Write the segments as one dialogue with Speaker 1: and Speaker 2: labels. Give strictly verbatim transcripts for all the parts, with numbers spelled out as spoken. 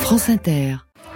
Speaker 1: France Inter.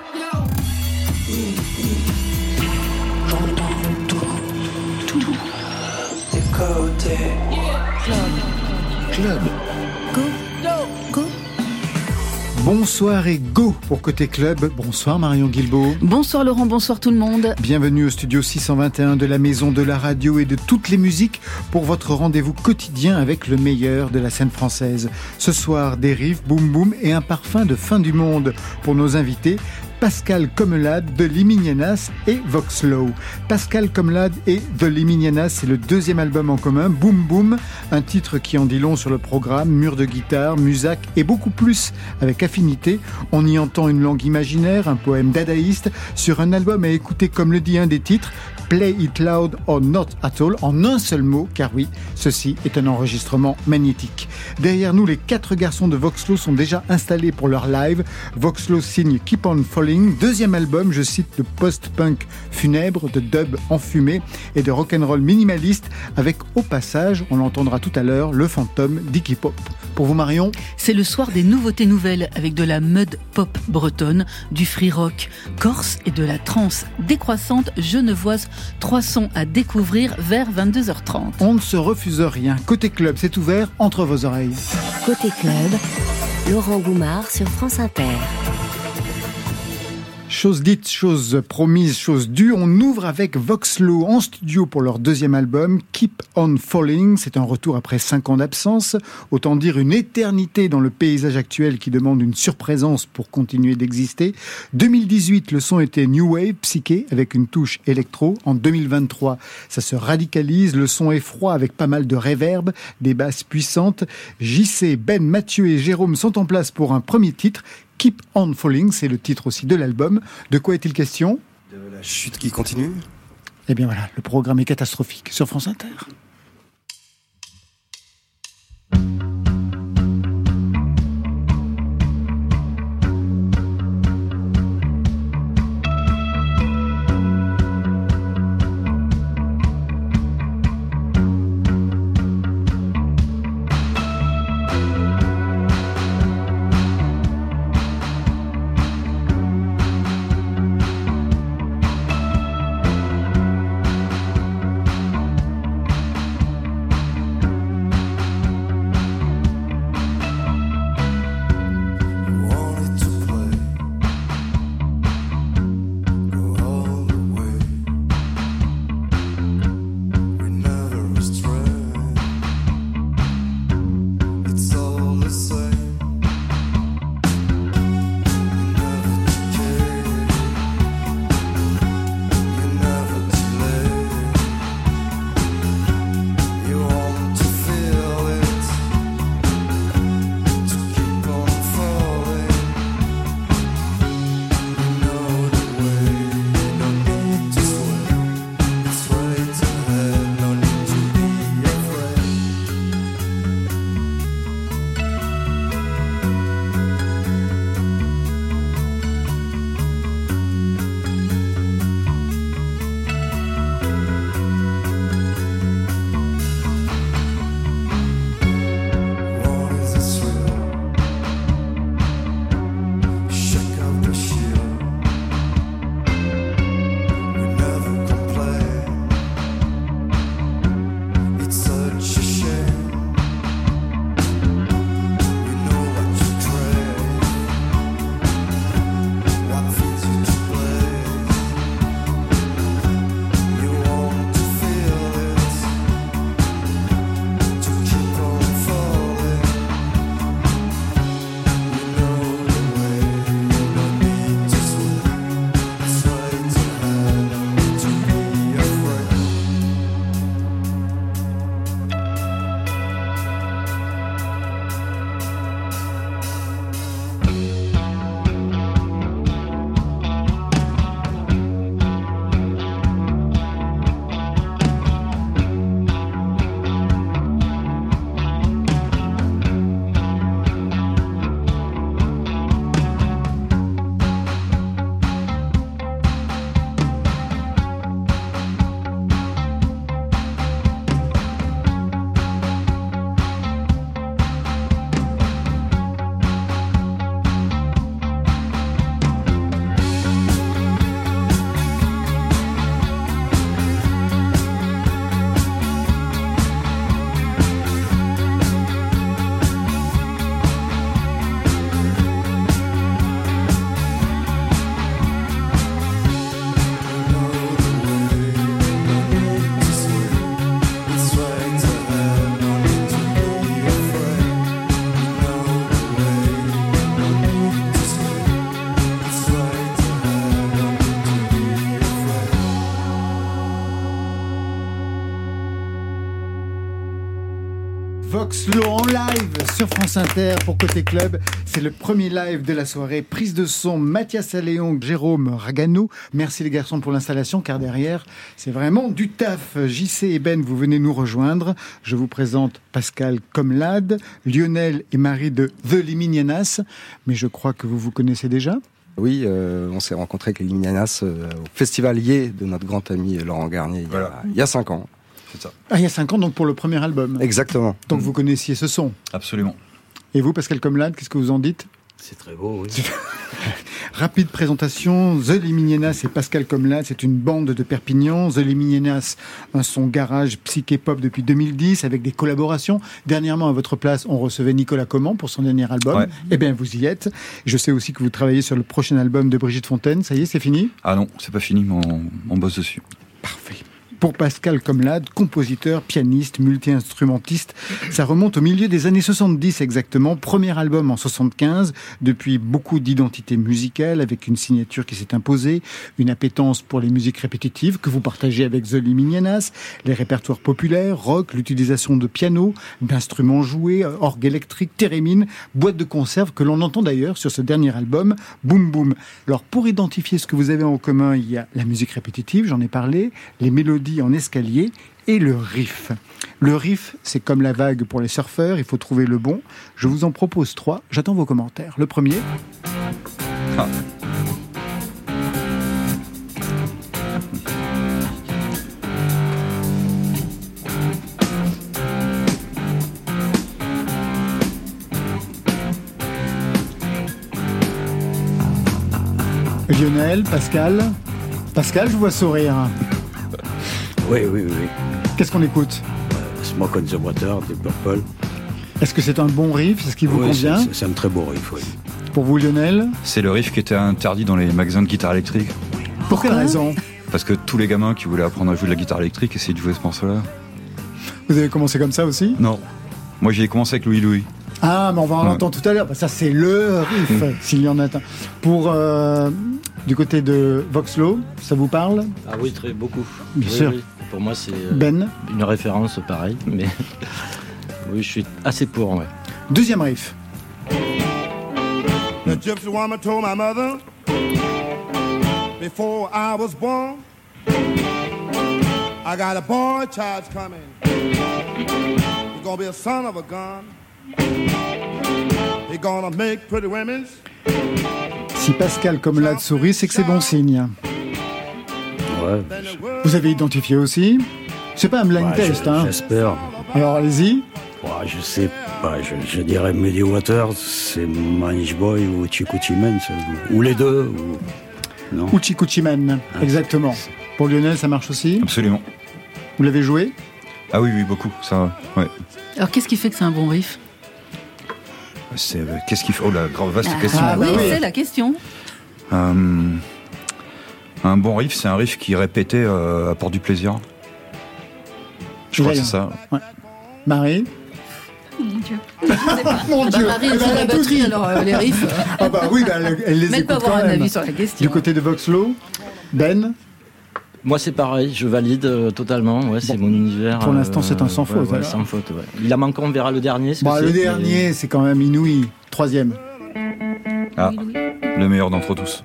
Speaker 2: J'entends tout, tout, des côtés.
Speaker 1: Club. Club. Go. Go.
Speaker 3: Bonsoir et go pour Côté Club. Bonsoir Marion Guilbault.
Speaker 1: Bonsoir Laurent, bonsoir tout le monde.
Speaker 3: Bienvenue au studio six cent vingt et un de la Maison de la Radio et de toutes les musiques pour votre rendez-vous quotidien avec le meilleur de la scène française. Ce soir, des riffs, boum boum et un parfum de fin du monde pour nos invités. Pascal Commelade de Liminianas et Voxlow. Pascal Commelade et de Liminianas, c'est le deuxième album en commun, Boom Boom, un titre qui en dit long sur le programme, mur de guitare, musac et beaucoup plus avec affinité. On y entend une langue imaginaire, un poème dadaïste, sur un album à écouter comme le dit un des titres, Play It Loud or Not At All, en un seul mot, car oui, ceci est un enregistrement magnétique. Derrière nous, les quatre garçons de Voxlow sont déjà installés pour leur live. Voxlow signe Keep On Falling, deuxième album, je cite, de post-punk funèbre, de dub enfumé et de rock'n'roll minimaliste, avec au passage, on l'entendra tout à l'heure, le fantôme d'Iggy Pop. Pour vous Marion ?
Speaker 1: C'est le soir des nouveautés nouvelles avec de la mud pop bretonne, du free rock corse et de la trance décroissante genevoise. Trois sons à découvrir vers vingt-deux heures trente.
Speaker 3: On ne se refuse rien. Côté Club, c'est ouvert entre vos oreilles.
Speaker 4: Côté Club, Laurent Goumard sur France Inter.
Speaker 3: Chose dite, chose promise, chose due, on ouvre avec Voxlow en studio pour leur deuxième album, Keep On Falling. C'est un retour après cinq ans d'absence, autant dire une éternité dans le paysage actuel qui demande une surprésence pour continuer d'exister. deux mille dix-huit, le son était New Wave, psyché, avec une touche électro. En deux mille vingt-trois, ça se radicalise, le son est froid avec pas mal de réverb, des basses puissantes. J C, Ben, Mathieu et Jérôme sont en place pour un premier titre, Keep On Falling, c'est le titre aussi de l'album. De quoi est-il question ?
Speaker 5: De la chute qui continue.
Speaker 3: Eh bien voilà, le programme est catastrophique sur France Inter. Voxlo en live sur France Inter pour Côté Club. C'est le premier live de la soirée. Prise de son, Mathias Alléon, Jérôme Ragano. Merci les garçons pour l'installation, car derrière, c'est vraiment du taf. J C et Ben, vous venez nous rejoindre. Je vous présente Pascal Comlade, Lionel et Marie de The Liminianas. Mais je crois que vous vous connaissez déjà.
Speaker 5: Oui, euh, on s'est rencontrés avec les Liminianas euh, au festivalier de notre grand ami Laurent Garnier voilà. il, y a, il y a cinq ans.
Speaker 3: C'est ça. Ah, il y a cinq ans, donc pour le premier album.
Speaker 5: Exactement.
Speaker 3: Donc mmh. vous connaissiez ce son.
Speaker 6: Absolument.
Speaker 3: Et vous, Pascal Comlade, qu'est-ce que vous en dites ?
Speaker 7: C'est très beau, oui.
Speaker 3: Rapide présentation, The Liminianas et Pascal Comlade, c'est une bande de Perpignan. The Liminianas, un son garage psyché-pop depuis deux mille dix avec des collaborations. Dernièrement, à votre place, on recevait Nicolas Coman pour son dernier album. Ouais. Eh bien, vous y êtes. Je sais aussi que vous travaillez sur le prochain album de Brigitte Fontaine. Ça y est, c'est fini ?
Speaker 6: Ah non, c'est pas fini, mais on, on bosse dessus.
Speaker 3: Parfait. Pour Pascal Comlade, compositeur, pianiste, multi-instrumentiste, ça remonte au milieu des années soixante-dix exactement. Premier album en soixante-quinze, depuis beaucoup d'identités musicales avec une signature qui s'est imposée, une appétence pour les musiques répétitives que vous partagez avec The Liminianas, les répertoires populaires, rock, l'utilisation de piano, d'instruments joués, orgue électrique, thérémine, boîte de conserve que l'on entend d'ailleurs sur ce dernier album, Boom Boom. Alors pour identifier ce que vous avez en commun, il y a la musique répétitive, j'en ai parlé, les mélodies en escalier et le riff. Le riff, c'est comme la vague pour les surfeurs, il faut trouver le bon. Je vous en propose trois, j'attends vos commentaires. Le premier. Ah. Lionel, Pascal. Pascal, je vous vois sourire.
Speaker 7: Oui, oui, oui.
Speaker 3: Qu'est-ce qu'on écoute ?
Speaker 7: euh, Smoke on the Water, de Purple.
Speaker 3: Est-ce que c'est un bon riff ? Est-ce qu'il vous
Speaker 7: oui,
Speaker 3: convient ?
Speaker 7: c'est, c'est un très beau riff, oui.
Speaker 3: Pour vous, Lionel ?
Speaker 6: C'est le riff qui était interdit dans les magasins de guitare électrique.
Speaker 3: Pour quelle raison ?
Speaker 6: Parce que tous les gamins qui voulaient apprendre à jouer de la guitare électrique essayaient de jouer ce morceau-là.
Speaker 3: Vous avez commencé comme ça aussi ?
Speaker 6: Non. Moi, j'ai commencé avec Louis Louis.
Speaker 3: Ah, mais on va en ouais. entendre tout à l'heure. Ça, c'est le riff, mmh. s'il y en a un. Pour... Euh, du côté de Voxlo, ça vous parle ?
Speaker 8: Ah oui, très beaucoup.
Speaker 3: Bien
Speaker 8: oui,
Speaker 3: sûr.
Speaker 8: Oui. Pour moi, c'est euh,
Speaker 3: Ben.
Speaker 8: une référence pareille, mais oui, je suis assez pour, ouais.
Speaker 3: Deuxième riff.
Speaker 9: The gypsy woman told my mother before I was born, I got a boy child coming. He's gonna be a son of a gun. He's gonna make pretty women.
Speaker 3: Si Pascal Comlade sourit, c'est que c'est bon signe.
Speaker 7: Ouais.
Speaker 3: Vous avez identifié aussi ? C'est pas un blind
Speaker 7: ouais,
Speaker 3: test,
Speaker 7: je,
Speaker 3: hein ?
Speaker 7: J'espère.
Speaker 3: Alors allez-y.
Speaker 7: Ouais, je sais pas, je, je dirais Muddy Waters, c'est Manish Boy ou Chikuchi Man, ou les deux. Ou, non.
Speaker 3: ou Chikuchi Man, ah, exactement. Pour Lionel, ça marche aussi ?
Speaker 6: Absolument.
Speaker 3: Vous l'avez joué ?
Speaker 6: Ah oui, oui, beaucoup. Ça, ouais.
Speaker 1: Alors qu'est-ce qui fait que c'est un bon riff ?
Speaker 6: C'est, euh, qu'est-ce qu'il faut ? Oh, la grave vaste
Speaker 1: ah,
Speaker 6: question.
Speaker 1: Ah, oui, oui, c'est la question.
Speaker 6: Euh, un bon riff, c'est un riff qui répété euh, apporte du plaisir. Je crois que c'est ça.
Speaker 3: Ouais. Marie ?
Speaker 1: Mon Dieu.
Speaker 3: Mon Dieu.
Speaker 1: Bah, Marie, elle fait la batterie, alors euh, les riffs.
Speaker 3: Ah bah oui, bah, elle, elle les
Speaker 1: mais elle
Speaker 3: écoute
Speaker 1: peut avoir
Speaker 3: quand
Speaker 1: un
Speaker 3: même.
Speaker 1: avis sur la question.
Speaker 3: Du côté de Voxlo, Ben ?
Speaker 8: Moi, c'est pareil, je valide euh, totalement. Ouais, bon. C'est mon univers.
Speaker 3: Pour l'instant,
Speaker 8: euh,
Speaker 3: c'est un sans faute.
Speaker 8: Ouais, ouais, sans faute, ouais. Il a manqué, on verra le dernier.
Speaker 3: Bah, le dernier, mais... c'est quand même inouï. Troisième.
Speaker 6: Ah, le meilleur d'entre tous.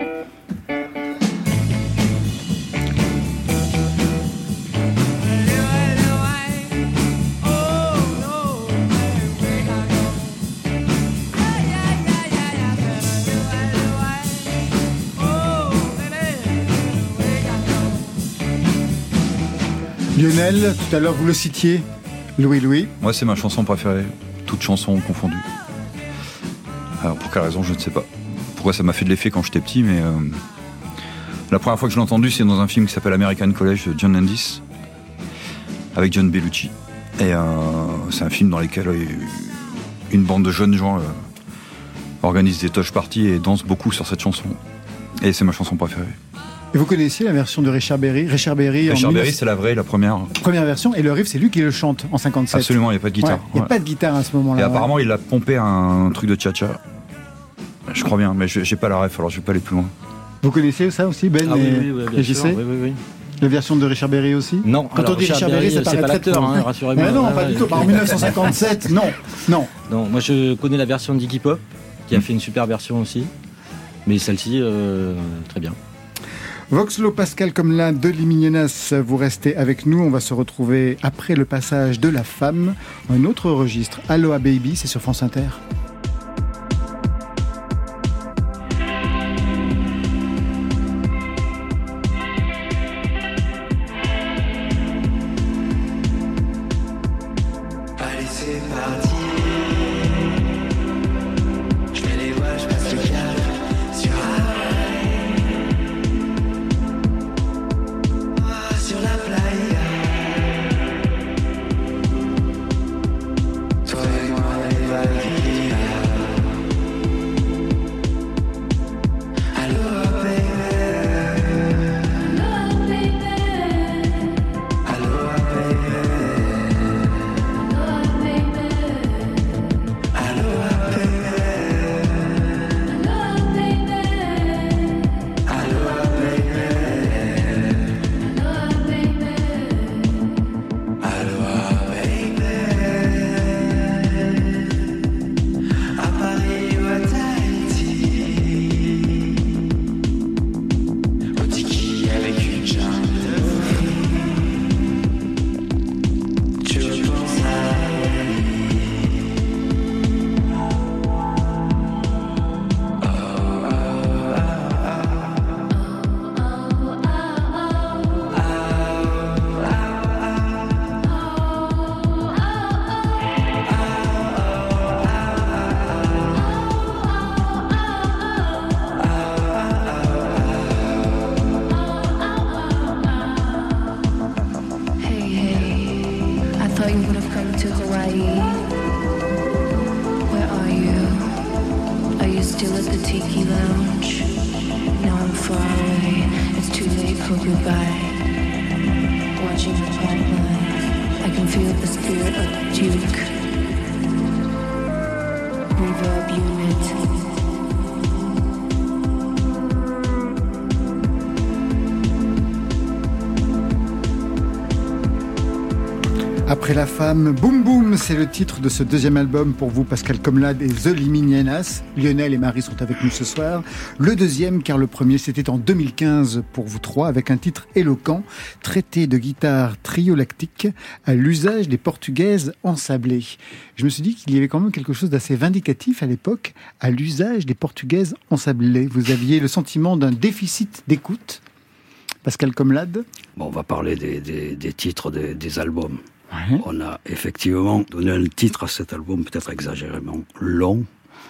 Speaker 3: Lionel, tout à l'heure vous le citiez, Louis Louis.
Speaker 6: Moi c'est ma chanson préférée, toutes chansons confondues. Alors pour quelle raison je ne sais pas. Pourquoi ça m'a fait de l'effet quand j'étais petit, mais euh, la première fois que je l'ai entendu c'est dans un film qui s'appelle American College de John Landis avec John Belushi. Et euh, c'est un film dans lequel euh, une bande de jeunes gens euh, organise des touch parties et danse beaucoup sur cette chanson. Et c'est ma chanson préférée.
Speaker 3: Et vous connaissiez la version de Richard Berry Richard Berry,
Speaker 6: Richard Berry, c'est la vraie, la première.
Speaker 3: Première version, et le riff, c'est lui qui le chante en cinquante-sept.
Speaker 6: Absolument, il n'y a pas de guitare.
Speaker 3: Il ouais, n'y a ouais. pas de guitare à ce moment-là.
Speaker 6: Et
Speaker 3: ouais.
Speaker 6: apparemment, il a pompé un truc de cha-cha. Je crois bien, mais je, j'ai pas la ref, alors je vais pas aller plus loin.
Speaker 3: Vous connaissez ça aussi, Ben
Speaker 8: ah,
Speaker 3: et,
Speaker 8: oui, oui, oui, bien
Speaker 3: et J C ?
Speaker 8: Oui, oui, oui.
Speaker 3: La version de Richard Berry aussi?
Speaker 8: Non.
Speaker 3: Quand
Speaker 8: alors,
Speaker 3: on dit Richard Berry, ça paraît
Speaker 8: pas
Speaker 3: très
Speaker 8: l'acteur, hein, rassurez-moi.
Speaker 3: Mais non,
Speaker 8: ouais,
Speaker 3: pas
Speaker 8: ouais,
Speaker 3: du tout. En dix-neuf cent cinquante-sept, non, non.
Speaker 8: Non, moi je connais la version d'Iggy Pop, qui a fait une super version aussi. Mais celle-ci, euh, très bien.
Speaker 3: Voxlo, Pascal Comla, de Limignenas, vous restez avec nous. On va se retrouver après le passage de La Femme. Un autre registre, Aloha Baby, c'est sur France Inter. Après La Femme, Boum Boum, c'est le titre de ce deuxième album pour vous, Pascal Comlade et The Limignenas. Lionel et Marie sont avec nous ce soir. Le deuxième, car le premier, c'était en deux mille quinze pour vous trois, avec un titre éloquent, traité de guitare triolactique à l'usage des portugaises ensablées. Je me suis dit qu'il y avait quand même quelque chose d'assez vindicatif à l'époque, à l'usage des portugaises ensablées. Vous aviez le sentiment d'un déficit d'écoute, Pascal Comlade?
Speaker 7: Bon, on va parler des, des, des titres des, des albums.
Speaker 3: Ouais.
Speaker 7: On a effectivement donné un titre à cet album peut-être exagérément long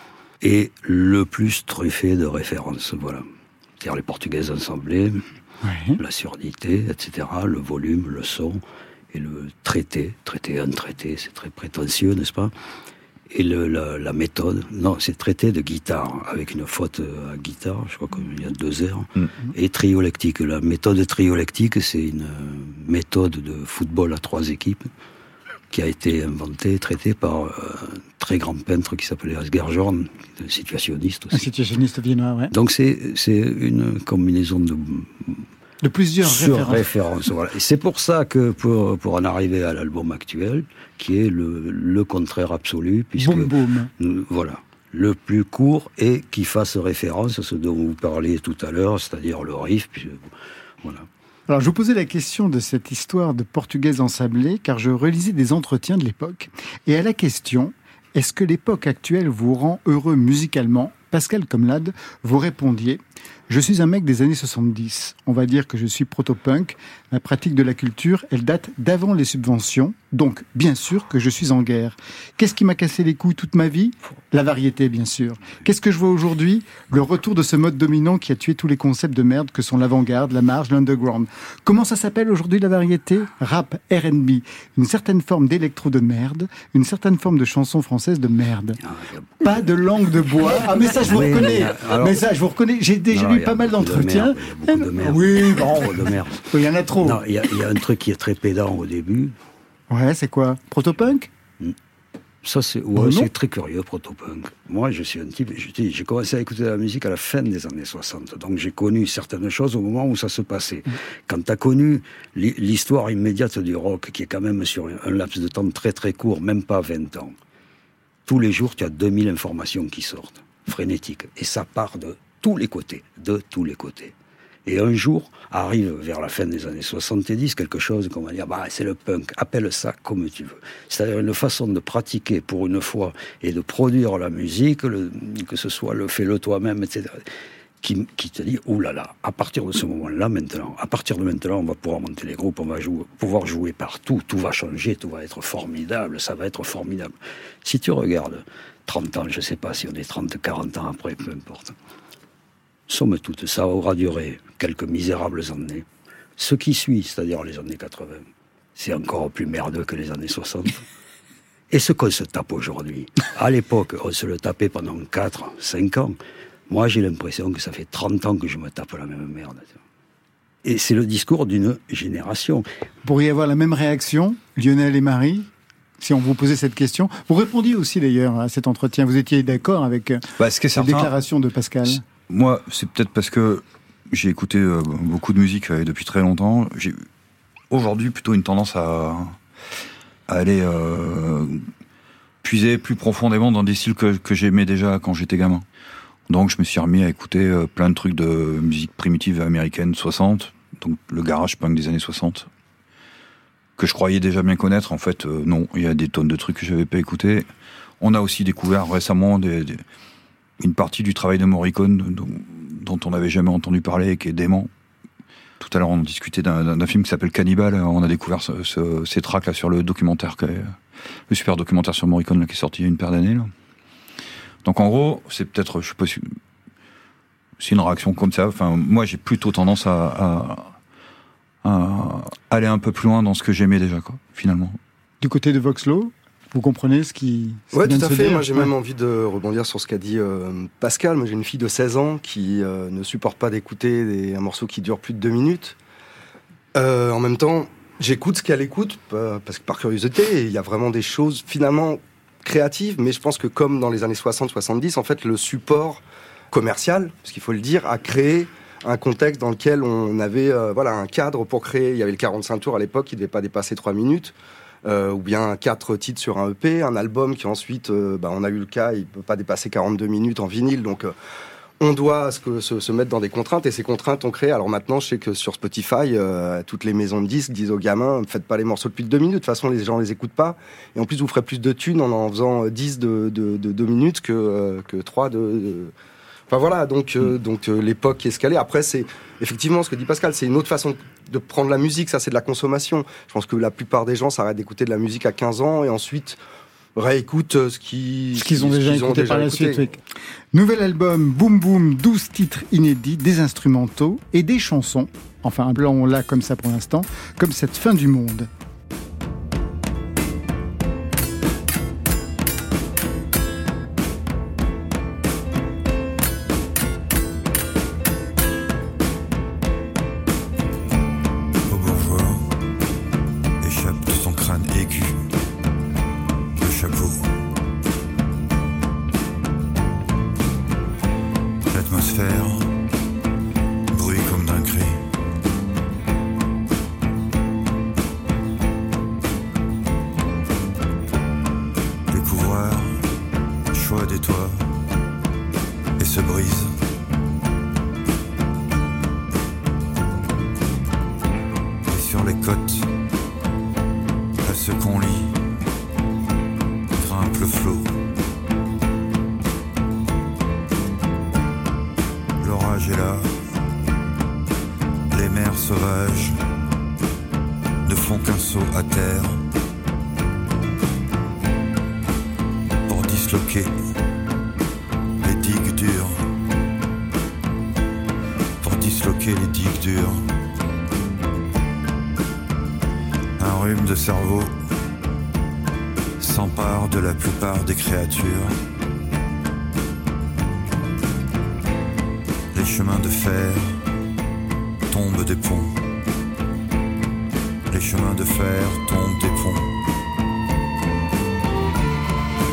Speaker 7: et le plus truffé de références, voilà. C'est-à-dire les portugaises ensemblées, ouais. La surdité, et cetera, le volume, le son et le traité, traité, un traité, c'est très prétentieux, n'est-ce pas? Et le, la, la méthode, non, c'est traité de guitare, avec une faute à guitare, je crois qu'il y a deux heures, mm-hmm. Et triolectique. La méthode triolectique, c'est une méthode de football à trois équipes qui a été inventée, traitée par un très grand peintre qui s'appelait Asger Jorn, un situationniste aussi.
Speaker 3: Un situationniste viennois, ouais.
Speaker 7: Donc c'est, c'est une combinaison de...
Speaker 3: de plusieurs références.
Speaker 7: références voilà. Et c'est pour ça que pour, pour en arriver à l'album actuel, qui est le, le contraire absolu, puisque
Speaker 3: boum, boum.
Speaker 7: Nous, voilà, le plus court et qui fasse référence à ce dont vous parliez tout à l'heure, c'est-à-dire le riff. Puis, voilà.
Speaker 3: Alors, je vous posais la question de cette histoire de portugaises ensablées, car je relisais des entretiens de l'époque. Et à la question, est-ce que l'époque actuelle vous rend heureux musicalement, Pascal Comlade, vous répondiez: je suis un mec des années soixante-dix. On va dire que je suis proto-punk. Ma pratique de la culture, elle date d'avant les subventions. Donc, bien sûr que je suis en guerre. Qu'est-ce qui m'a cassé les couilles toute ma vie? La variété, bien sûr. Qu'est-ce que je vois aujourd'hui? Le retour de ce mode dominant qui a tué tous les concepts de merde que sont l'avant-garde, la marge, l'underground. Comment ça s'appelle aujourd'hui, la variété? Rap, R and B. Une certaine forme d'électro de merde. Une certaine forme de chanson française de merde. Pas de langue de bois. Ah, mais ça, je vous reconnais. Alors, mais ça, je vous reconnais. J'ai déjà lu pas mal d'entretiens.
Speaker 7: Il y a beaucoup de merde.
Speaker 3: Oui, bon.
Speaker 7: Trop de merde.
Speaker 3: Il y en a trop.
Speaker 7: Non, il y, a, il y a un truc qui est très pédant au début.
Speaker 3: Ouais, c'est quoi? Proto-punk?
Speaker 7: Ça, c'est, ouais, c'est très curieux, protopunk. Moi, je suis un type, je dis, j'ai commencé à écouter de la musique à la fin des années soixante. Donc, j'ai connu certaines choses au moment où ça se passait. Mmh. Quand tu as connu l'histoire immédiate du rock, qui est quand même sur un laps de temps très très court, même pas vingt ans, tous les jours, tu as deux mille informations qui sortent, frénétiques. Et ça part de tous les côtés, de tous les côtés. Et un jour, arrive vers la fin des années soixante-dix, quelque chose qu'on va dire, bah, c'est le punk, appelle ça comme tu veux. C'est-à-dire une façon de pratiquer pour une fois et de produire la musique, le, que ce soit le fais-le toi-même, et cetera, qui, qui te dit, oh là là, à partir de ce moment-là, maintenant, à partir de maintenant, on va pouvoir monter les groupes, on va jouer, pouvoir jouer partout, tout va changer, tout va être formidable, ça va être formidable. Si tu regardes trente ans, je ne sais pas si on est trente, quarante ans après, peu importe. Somme toute, ça aura duré quelques misérables années. Ce qui suit, c'est-à-dire les années quatre-vingts, c'est encore plus merdeux que les années soixante. Et ce qu'on se tape aujourd'hui, à l'époque, on se le tapait pendant quatre, cinq ans. Moi, j'ai l'impression que ça fait trente ans que je me tape la même merde. Et c'est le discours d'une génération.
Speaker 3: Vous pourriez avoir la même réaction, Lionel et Marie, si on vous posait cette question. Vous répondiez aussi d'ailleurs à cet entretien. Vous étiez d'accord avec
Speaker 6: bah, ce
Speaker 3: la déclaration de Pascal?
Speaker 6: Moi, c'est peut-être parce que j'ai écouté euh, beaucoup de musique euh, depuis très longtemps. J'ai aujourd'hui plutôt une tendance à, à aller euh, puiser plus profondément dans des styles que, que j'aimais déjà quand j'étais gamin. Donc je me suis remis à écouter euh, plein de trucs de musique primitive américaine soixante, donc le garage punk des années soixante, que je croyais déjà bien connaître. En fait, euh, non, il y a des tonnes de trucs que j'avais pas écoutés. On a aussi découvert récemment des... des une partie du travail de Morricone dont, dont on n'avait jamais entendu parler et qui est dément. Tout à l'heure, on discutait d'un, d'un film qui s'appelle Cannibal. On a découvert ce, ce, ces tracks là sur le documentaire, qui est, le super documentaire sur Morricone là, qui est sorti il y a une paire d'années. Là. Donc en gros, c'est peut-être, je sais pas si c'est une réaction comme ça. Enfin, moi, j'ai plutôt tendance à, à, à aller un peu plus loin dans ce que j'aimais déjà, quoi, finalement.
Speaker 3: Du côté de Voxlo, vous comprenez ce qui ce
Speaker 5: Ouais,
Speaker 3: qui
Speaker 5: tout à fait.
Speaker 3: dire.
Speaker 5: Moi, j'ai
Speaker 3: ouais.
Speaker 5: même envie de rebondir sur ce qu'a dit euh, Pascal. Moi, j'ai une fille de seize ans qui euh, ne supporte pas d'écouter des, un morceau qui dure plus de deux minutes. Euh, en même temps, j'écoute ce qu'elle écoute parce que par curiosité, il y a vraiment des choses finalement créatives. Mais je pense que comme dans les années soixante soixante-dix, en fait, le support commercial, parce qu'il faut le dire, a créé un contexte dans lequel on avait euh, voilà un cadre pour créer. Il y avait le quarante-cinq tours à l'époque, qui ne devait pas dépasser trois minutes. Euh, ou bien quatre titres sur un E P, un album qui ensuite, euh, bah, on a eu le cas, il ne peut pas dépasser quarante-deux minutes en vinyle, donc euh, on doit se, se, se mettre dans des contraintes, et ces contraintes ont créé. Alors maintenant, je sais que sur Spotify, euh, toutes les maisons de disques disent aux gamins, ne faites pas les morceaux de plus de deux minutes, de toute façon les gens ne les écoutent pas, et en plus vous ferez plus de thunes en en faisant dix de, de, de deux minutes que, euh, que trois de... de... Enfin voilà, donc, euh, donc euh, l'époque qui est escalée. Après, c'est effectivement ce que dit Pascal, c'est une autre façon de prendre la musique, ça c'est de la consommation. Je pense que la plupart des gens s'arrêtent d'écouter de la musique à quinze ans et ensuite réécoutent ce, qui,
Speaker 3: ce qu'ils ont, ce déjà, qu'ils ont écouté déjà par écouté par la suite. Oui. Nouvel album, Boom Boom, douze titres inédits, des instrumentaux et des chansons. Enfin, un blanc on l'a comme ça pour l'instant, comme cette fin du monde.
Speaker 10: Des créatures, les chemins de fer tombent des ponts, les chemins de fer tombent des ponts,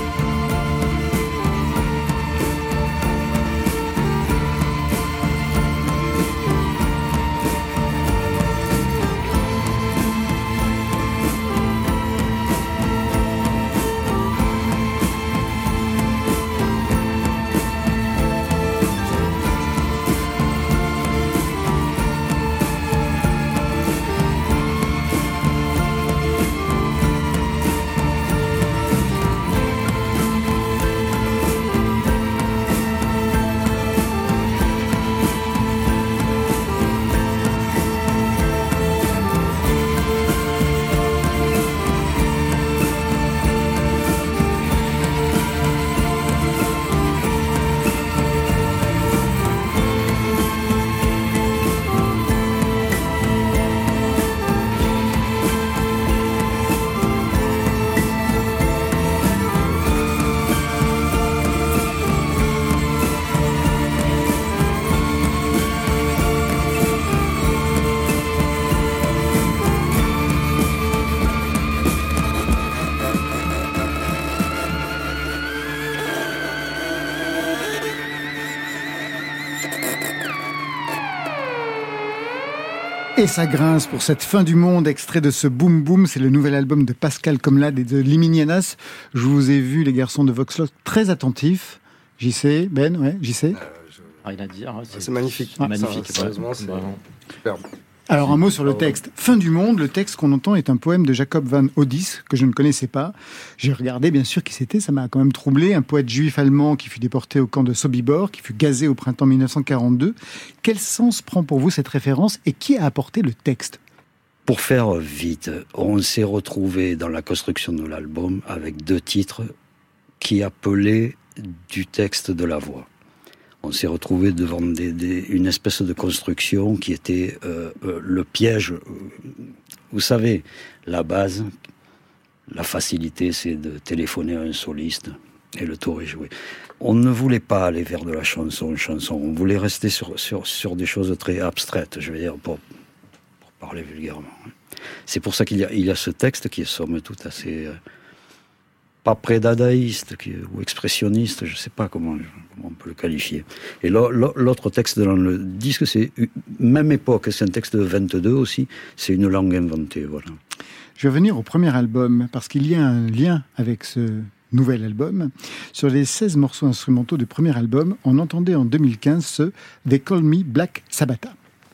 Speaker 3: Et ça grince pour cette fin du monde, extrait de ce Boom Boom, c'est le nouvel album de Pascal Comlade et de Liminianas. Je vous ai vu, les garçons de Voxlo, très attentifs. J C, Ben, ouais, J C.
Speaker 5: Euh, je...
Speaker 8: Rien à dire.
Speaker 5: C'est, c'est magnifique.
Speaker 8: Ah, magnifique.
Speaker 5: Ça, sérieusement, c'est
Speaker 8: vraiment
Speaker 5: superbe.
Speaker 3: Alors un mot sur le texte. Fin du monde, le texte qu'on entend est un poème de Jacob van Odys, que je ne connaissais pas. J'ai regardé bien sûr qui c'était, ça m'a quand même troublé. Un poète juif allemand qui fut déporté au camp de Sobibor, qui fut gazé au printemps dix-neuf cent quarante-deux. Quel sens prend pour vous cette référence et qui a apporté le texte ?
Speaker 7: Pour faire vite, on s'est retrouvé dans la construction de l'album avec deux titres qui appelaient du texte de la voix. On s'est retrouvé devant des, des, une espèce de construction qui était euh, euh, le piège. Vous savez, la base, la facilité, c'est de téléphoner à un soliste et le tour est joué. On ne voulait pas aller vers de la chanson, chanson. On voulait rester sur, sur, sur des choses très abstraites, je veux dire, pour, pour parler vulgairement. C'est pour ça qu'il y a, il y a ce texte qui est somme toute assez... Euh, pas pré-dadaïste ou expressionniste, je ne sais pas comment, comment on peut le qualifier. Et l'autre texte dans le disque, c'est même époque, c'est un texte de vingt-deux aussi, c'est une langue inventée, voilà.
Speaker 3: Je vais revenir au premier album, parce qu'il y a un lien avec ce nouvel album. Sur les seize morceaux instrumentaux du premier album, on entendait en deux mille quinze ce « They Call Me Black Sabbath ».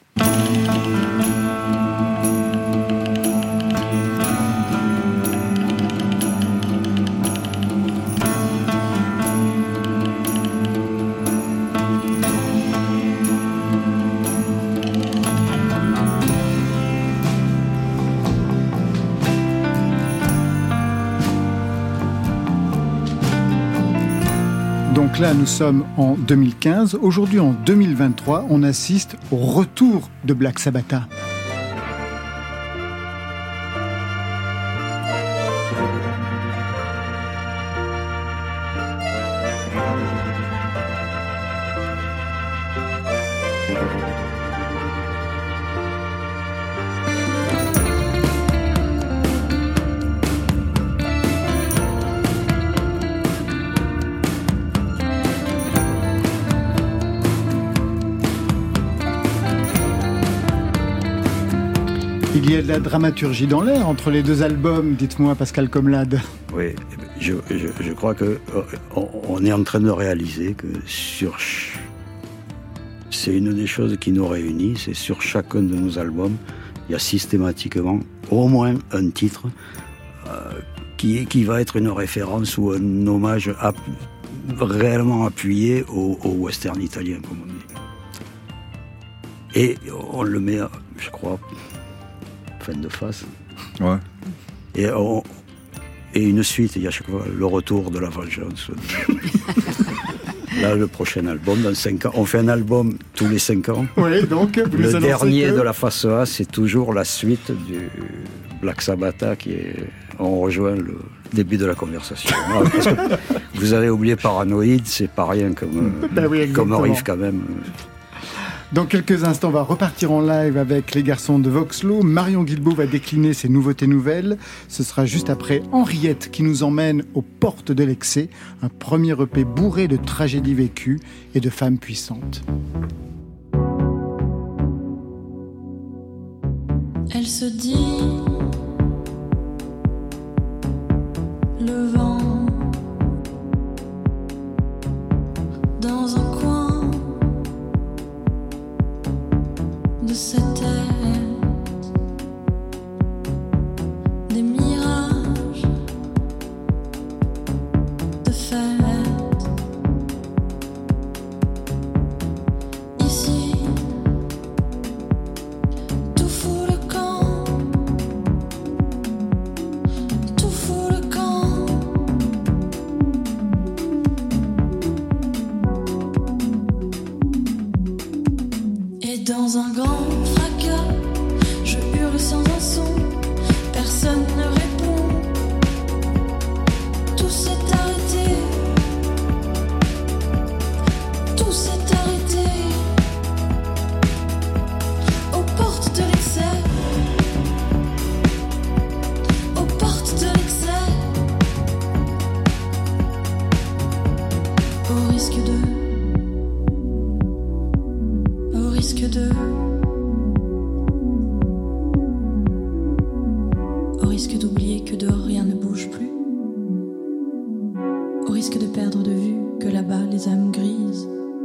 Speaker 3: Donc là, nous sommes en deux mille quinze. Aujourd'hui, en deux mille vingt-trois, on assiste au retour de Black Sabbath. Il y a de la dramaturgie dans l'air entre les deux albums, dites-moi Pascal Comlade.
Speaker 7: Oui, je, je, je crois que euh, on est en train de réaliser que sur... C'est une des choses qui nous réunit, c'est sur chacun de nos albums, il y a systématiquement au moins un titre euh, qui, qui va être une référence ou un hommage app- réellement appuyé au, au western italien, comme on dit. Et on le met, je crois... fin de face.
Speaker 6: Ouais.
Speaker 7: Et, on, et une suite, il y a chaque fois le retour de la vengeance. Là, le prochain album, dans cinq ans. On fait un album tous les cinq ans.
Speaker 3: Oui, donc, vous
Speaker 7: le dernier
Speaker 3: que...
Speaker 7: de la face A, c'est toujours la suite du Black Sabbath qui est. On rejoint le début de la conversation. Parce que vous avez oublié Paranoïde, c'est pas rien comme,
Speaker 3: ben oui,
Speaker 7: comme riff quand même.
Speaker 3: Dans quelques instants, on va repartir en live avec les garçons de Voxlo. Marion Guilbault va décliner ses nouveautés nouvelles. Ce sera juste après Henriette qui nous emmène aux portes de l'excès. Un premier E P bourré de tragédies vécues et de femmes puissantes.
Speaker 11: Elle se dit le vent dans un coin de cette tête, des mirages de fête. Ici, tout fout le camp, tout fout le camp. Et dans un grand fracas, je hurle sans un son, personne ne répond. Tout s'est arrêté, tout s'est arrêté, aux portes de l'excès, aux portes de l'excès, au risque de, au risque de risque d'oublier que dehors rien ne bouge plus, au risque de perdre de vue que là-bas les âmes grises.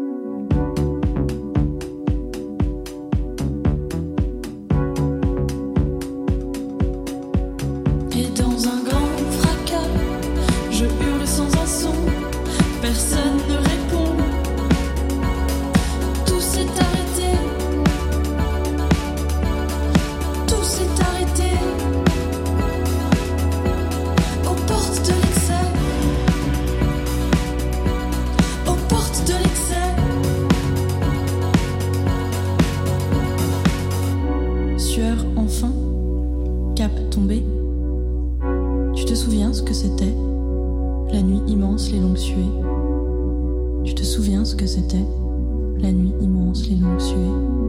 Speaker 11: Et dans un grand fracas, je hurle sans un son, personne ne répond. Tout s'est arrêté, tout s'est arrêté. Aux portes de l'excès, aux portes de l'excès. Sueur enfin, cap tombé. Tu te souviens ce que c'était? La nuit immense, les longues suées. Tu te souviens ce que c'était? La nuit immense, les longues suées.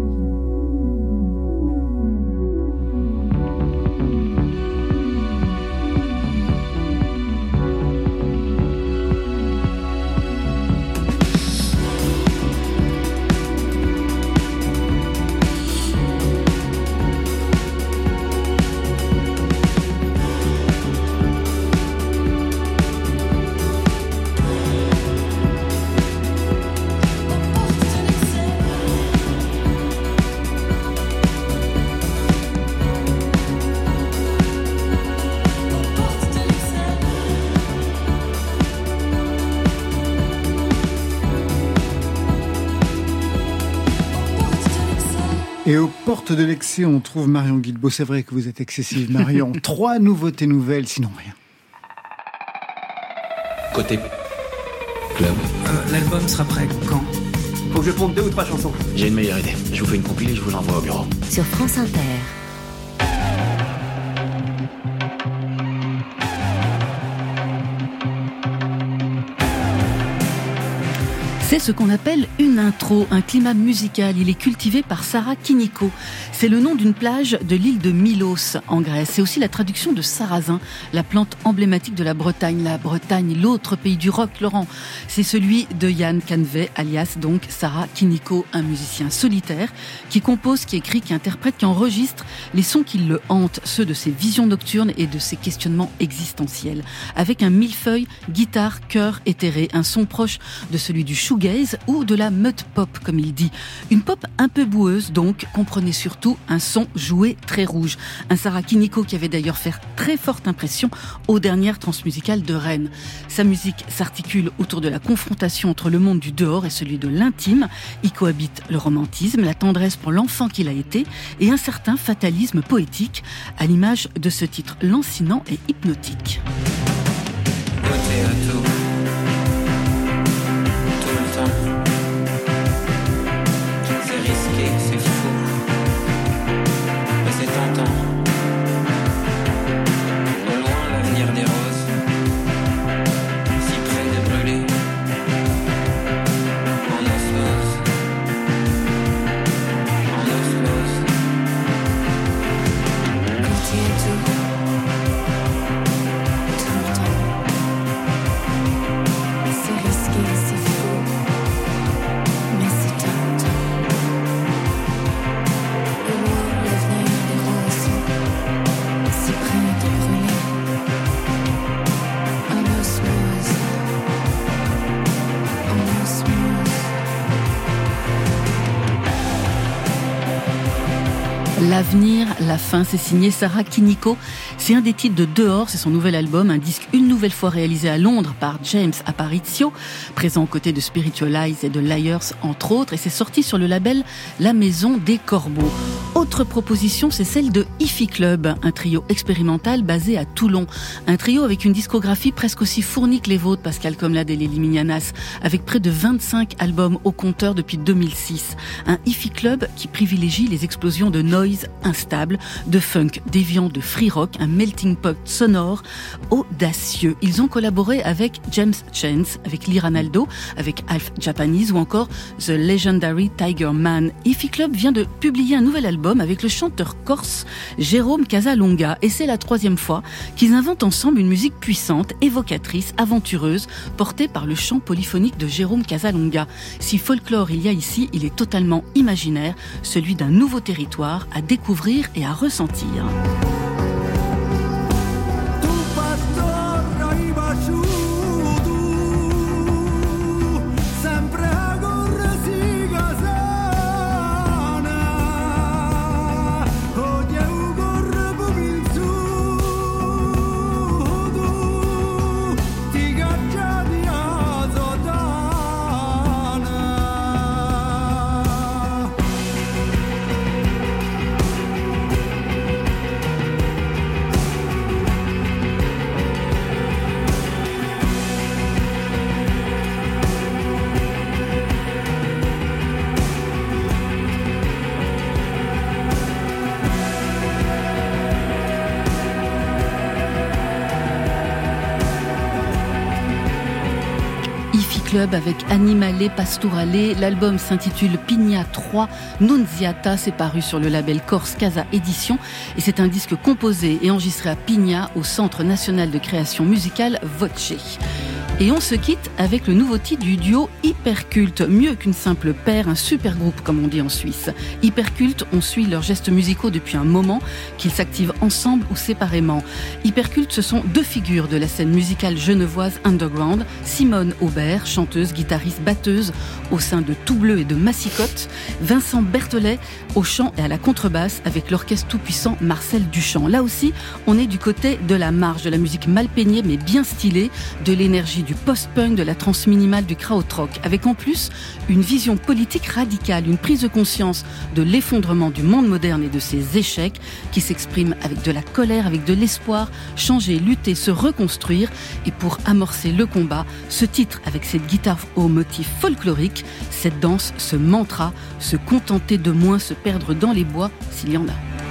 Speaker 3: Et aux portes de l'excès, on trouve Marion Guilbault. C'est vrai que vous êtes excessive, Marion. Trois nouveautés nouvelles, sinon rien.
Speaker 12: Côté club.
Speaker 13: Euh, L'album sera prêt quand?
Speaker 12: Faut que je ponde deux ou trois chansons. J'ai une meilleure idée. Je vous fais une compile et je vous l'envoie au bureau.
Speaker 4: Sur France Inter.
Speaker 1: C'est ce qu'on appelle une intro, un climat musical. Il est cultivé par Sarah Kiniko. C'est le nom d'une plage de l'île de Milos, en Grèce. C'est aussi la traduction de sarrasin, la plante emblématique de la Bretagne. La Bretagne, l'autre pays du rock, Laurent. C'est celui de Yann Canvet, alias donc Sarah Kiniko, un musicien solitaire qui compose, qui écrit, qui interprète, qui enregistre les sons qui le hantent, ceux de ses visions nocturnes et de ses questionnements existentiels. Avec un millefeuille, guitare, chœur éthéré, un son proche de celui du shoegaze ou de la mud pop, comme il dit. Une pop un peu boueuse, donc, comprenez surtout un son joué très rouge. Un Sarah Kiniko qui avait d'ailleurs fait très forte impression aux dernières transmusicales de Rennes. Sa musique s'articule autour de la confrontation entre le monde du dehors et celui de l'intime. Y cohabitent le romantisme, la tendresse pour l'enfant qu'il a été et un certain fatalisme poétique, à l'image de ce titre lancinant et hypnotique.
Speaker 13: Côté à tout. C'est risqué, c'est fou, mais c'est tentant. Au loin l'avenir des roses, si près de brûler, en osmose, en osmose. Côté à tout, tout le temps. C'est risqué, c'est fou, mais c'est tentant. Au loin l'avenir des roses, si près de brûler, en osmose, en osmose.
Speaker 1: L'avenir, la fin, c'est signé Sarah Kiniko. C'est un des titres de Dehors, c'est son nouvel album, un disque une nouvelle fois réalisé à Londres par James Aparicio, présent aux côtés de Spiritualize et de Liars entre autres, et c'est sorti sur le label La Maison des Corbeaux. Autre proposition, c'est celle de Hi-Fi Club, un trio expérimental basé à Toulon. Un trio avec une discographie presque aussi fournie que les vôtres, Pascal Comlade et Lélie Mignanas, avec près de vingt-cinq albums au compteur depuis deux mille six. Un Hi-Fi Club qui privilégie les explosions de noise instables, de funk déviant, de free rock, un melting pot sonore audacieux. Ils ont collaboré avec James Chance, avec Lee Ranaldo, avec Half Japanese ou encore The Legendary Tiger Man. Hi-Fi Club vient de publier un nouvel album avec le chanteur corse Jérôme Casalonga et c'est la troisième fois qu'ils inventent ensemble une musique puissante, évocatrice, aventureuse, portée par le chant polyphonique de Jérôme Casalonga. Si folklore il y a ici, il est totalement imaginaire, celui d'un nouveau territoire à découvrir et à ressentir. Club avec Animale Pastorale. L'album s'intitule Pigna trois Nunziata. C'est paru sur le label Corse Casa Édition et c'est un disque composé et enregistré à Pigna au Centre National de Création Musicale Voce. Et on se quitte avec le nouveau titre du duo Hyperculte. Mieux qu'une simple paire, un super groupe comme on dit en Suisse. Hyperculte, on suit leurs gestes musicaux depuis un moment, qu'ils s'activent ensemble ou séparément. Hyperculte, ce sont deux figures de la scène musicale genevoise underground. Simone Aubert, chanteuse, guitariste, batteuse au sein de Tout Bleu et de Massicotte. Vincent Berthelet au chant et à la contrebasse avec l'orchestre tout-puissant Marcel Duchamp. Là aussi, on est du côté de la marge, de la musique mal peignée mais bien stylée, de l'énergie du post-punk, de la trance minimale, du krautrock, avec en plus une vision politique radicale, une prise de conscience de l'effondrement du monde moderne et de ses échecs, qui s'exprime avec de la colère, avec de l'espoir, changer, lutter, se reconstruire. Et pour amorcer le combat, ce titre avec cette guitare au motif folklorique, cette danse, ce mantra, se contenter de moins, se perdre dans les bois, s'il y en a.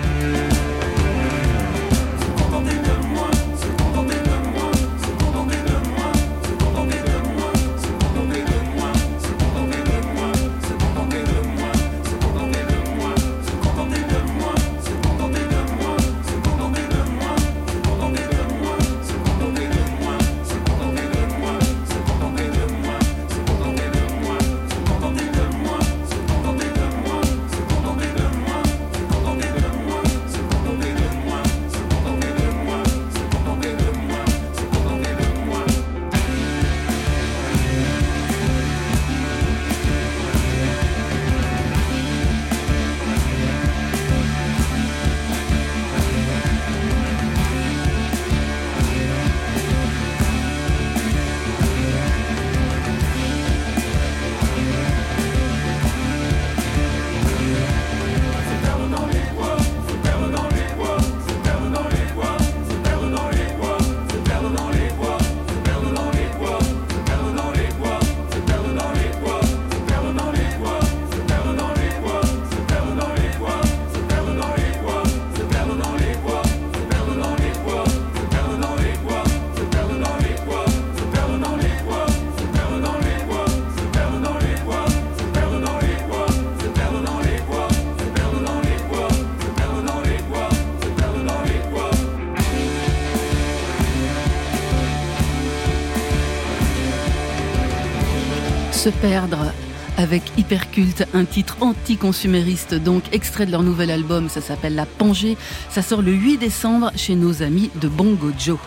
Speaker 1: Se perdre avec Hyperculte, un titre anti-consumériste, donc extrait de leur nouvel album, ça s'appelle La Pangée, ça sort le huit décembre chez nos amis de Bongo Joe.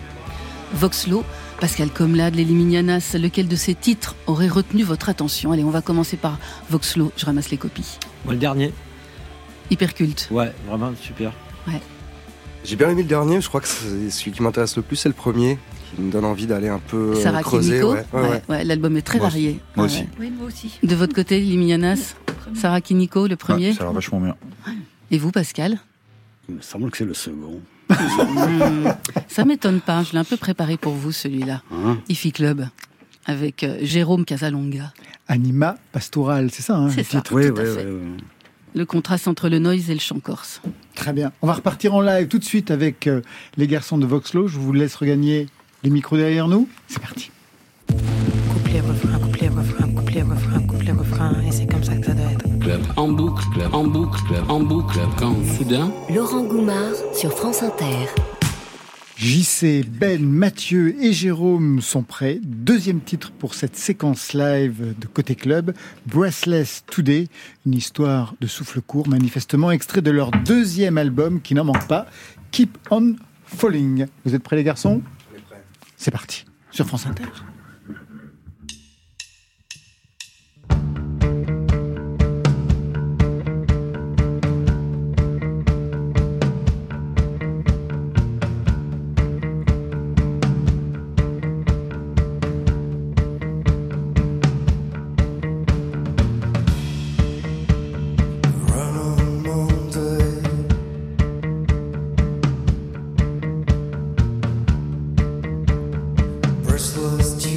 Speaker 1: Voxlo, Pascal Comlade, les Liminianas, lequel de ces titres aurait retenu votre attention? Allez, on va commencer par Voxlo, je ramasse les copies.
Speaker 8: Moi, le dernier.
Speaker 1: Hyperculte.
Speaker 8: Ouais, vraiment super.
Speaker 1: Ouais.
Speaker 5: J'ai bien aimé le dernier, je crois que c'est celui qui m'intéresse le plus, c'est le premier, qui me donne envie d'aller un peu
Speaker 1: Sarah
Speaker 5: creuser.
Speaker 1: Kiniko,
Speaker 5: ouais, ouais,
Speaker 1: ouais,
Speaker 5: ouais.
Speaker 1: ouais, l'album est très
Speaker 6: moi
Speaker 1: varié.
Speaker 6: Aussi. Moi
Speaker 1: ouais,
Speaker 6: aussi.
Speaker 1: Ouais.
Speaker 14: Oui, moi aussi.
Speaker 1: De votre côté, Liminianas, Sarah Kiniko, le premier.
Speaker 6: Ouais, ça a l'air vachement bien.
Speaker 1: Et vous, Pascal?
Speaker 7: Il me semble que c'est le second.
Speaker 1: Mmh, ça m'étonne pas, je l'ai un peu préparé pour vous celui-là.
Speaker 7: Hein
Speaker 1: Ifi Club, avec euh, Jérôme Casalonga.
Speaker 3: Anima Pastoral, c'est ça, hein,
Speaker 1: C'est
Speaker 3: le
Speaker 1: ça,
Speaker 3: titre.
Speaker 1: tout
Speaker 7: Oui,
Speaker 1: à
Speaker 7: oui,
Speaker 1: fait.
Speaker 7: oui, oui.
Speaker 1: Le contraste entre le noise et le chant corse.
Speaker 3: Très bien. On va repartir en live tout de suite avec euh, les garçons de Voxlo. Je vous laisse regagner les micros derrière nous. C'est parti.
Speaker 14: Couplet, refrain, couplet, refrain, couplet, refrain, couplet, refrain, et c'est comme ça que ça doit être.
Speaker 15: Club en boucle, club en boucle, club en boucle, quand soudain.
Speaker 4: Laurent Goumard sur France Inter.
Speaker 3: J C, Ben, Mathieu et Jérôme sont prêts. Deuxième titre pour cette séquence live de Côté Club, Breathless Today, une histoire de souffle court, manifestement extrait de leur deuxième album qui n'en manque pas, Keep on Falling. Vous êtes prêts les garçons ?
Speaker 5: On est prêts.
Speaker 3: C'est parti, sur France Inter.
Speaker 2: Restless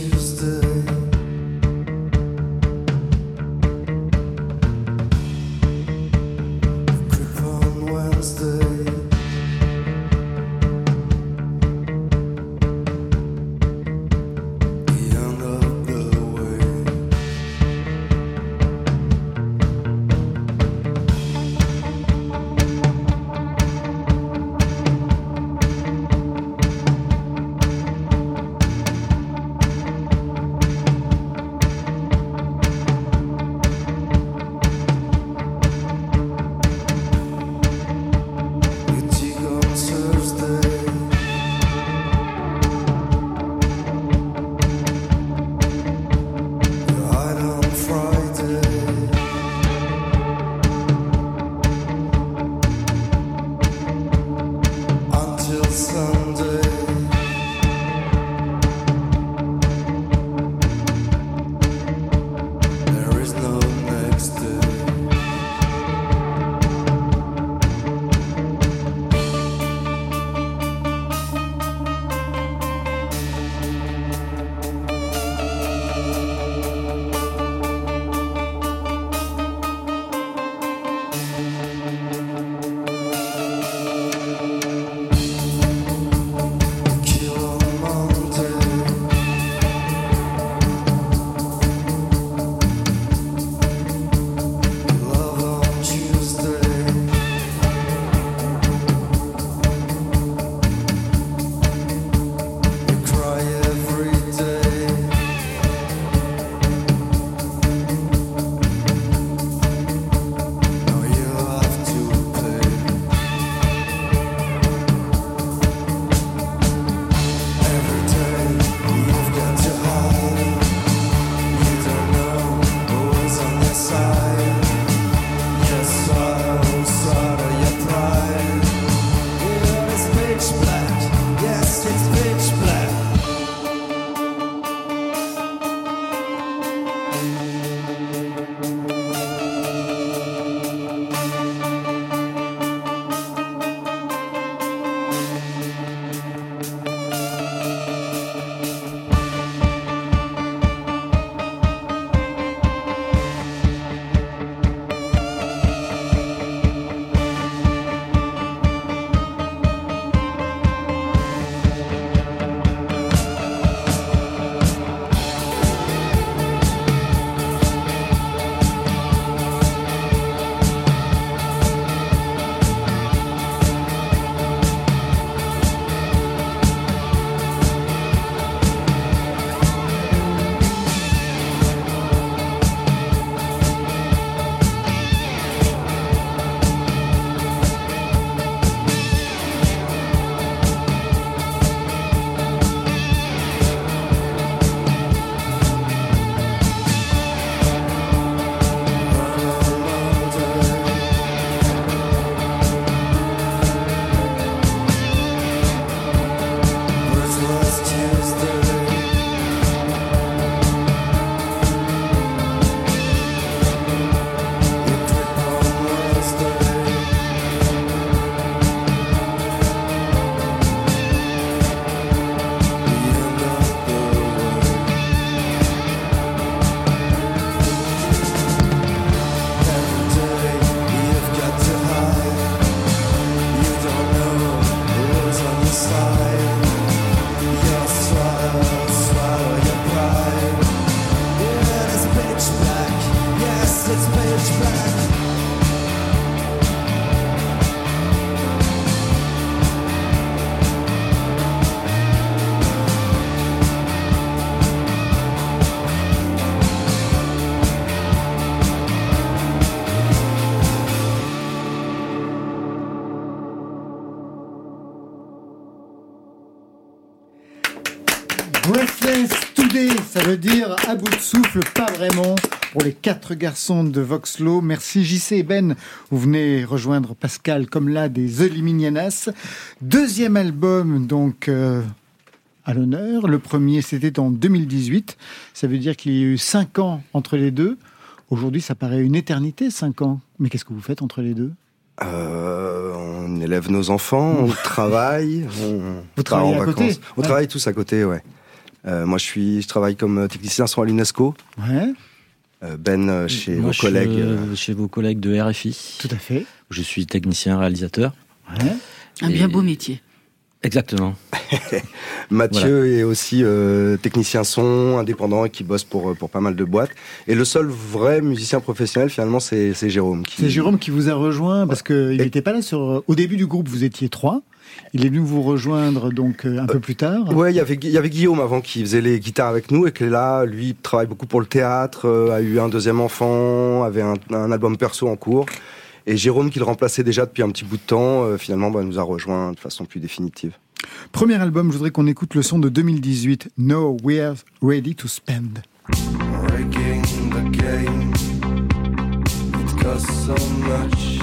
Speaker 3: Vidé, ça veut dire à bout de souffle, pas vraiment, pour les quatre garçons de Voxlo. Merci J C et Ben. Vous venez rejoindre Pascal comme là des The Liminianas. Deuxième album, donc, euh, à l'honneur. Le premier, c'était en deux mille dix-huit. Ça veut dire qu'il y a eu cinq ans entre les deux. Aujourd'hui, ça paraît une éternité, cinq ans. Mais qu'est-ce que vous faites entre les deux ?
Speaker 5: Euh, on élève nos enfants, on travaille. On
Speaker 3: vous travaillez à côté ?
Speaker 5: On ouais. travaille tous à côté, ouais. Euh, moi, je suis, je travaille comme technicien son à l'UNESCO.
Speaker 3: Ouais.
Speaker 5: Euh, Ben, chez
Speaker 8: moi,
Speaker 5: vos
Speaker 8: je
Speaker 5: collègues.
Speaker 8: Suis, euh, chez vos collègues de R F I.
Speaker 3: Tout à fait.
Speaker 8: Je suis technicien réalisateur.
Speaker 3: Ouais.
Speaker 1: Un bien beau métier.
Speaker 8: Exactement.
Speaker 5: Mathieu voilà. est aussi euh, technicien son, indépendant et qui bosse pour pour pas mal de boîtes. Et le seul vrai musicien professionnel, finalement, c'est, c'est Jérôme. Qui...
Speaker 3: C'est Jérôme qui vous a rejoint parce que il n'était pas là sur. Au début du groupe, vous étiez trois. Il est venu vous rejoindre donc un euh, peu plus tard.
Speaker 5: Ouais, il y avait il y avait Guillaume avant qui faisait les guitares avec nous et que là, lui, travaille beaucoup pour le théâtre, euh, a eu un deuxième enfant, avait un, un album perso en cours. Et Jérôme, qui le remplaçait déjà depuis un petit bout de temps, euh, finalement, bah, nous a rejoint de façon plus définitive.
Speaker 3: Premier album, je voudrais qu'on écoute le son de deux mille dix-huit, No We're Ready to Spend.
Speaker 2: Breaking the game, it costs so much.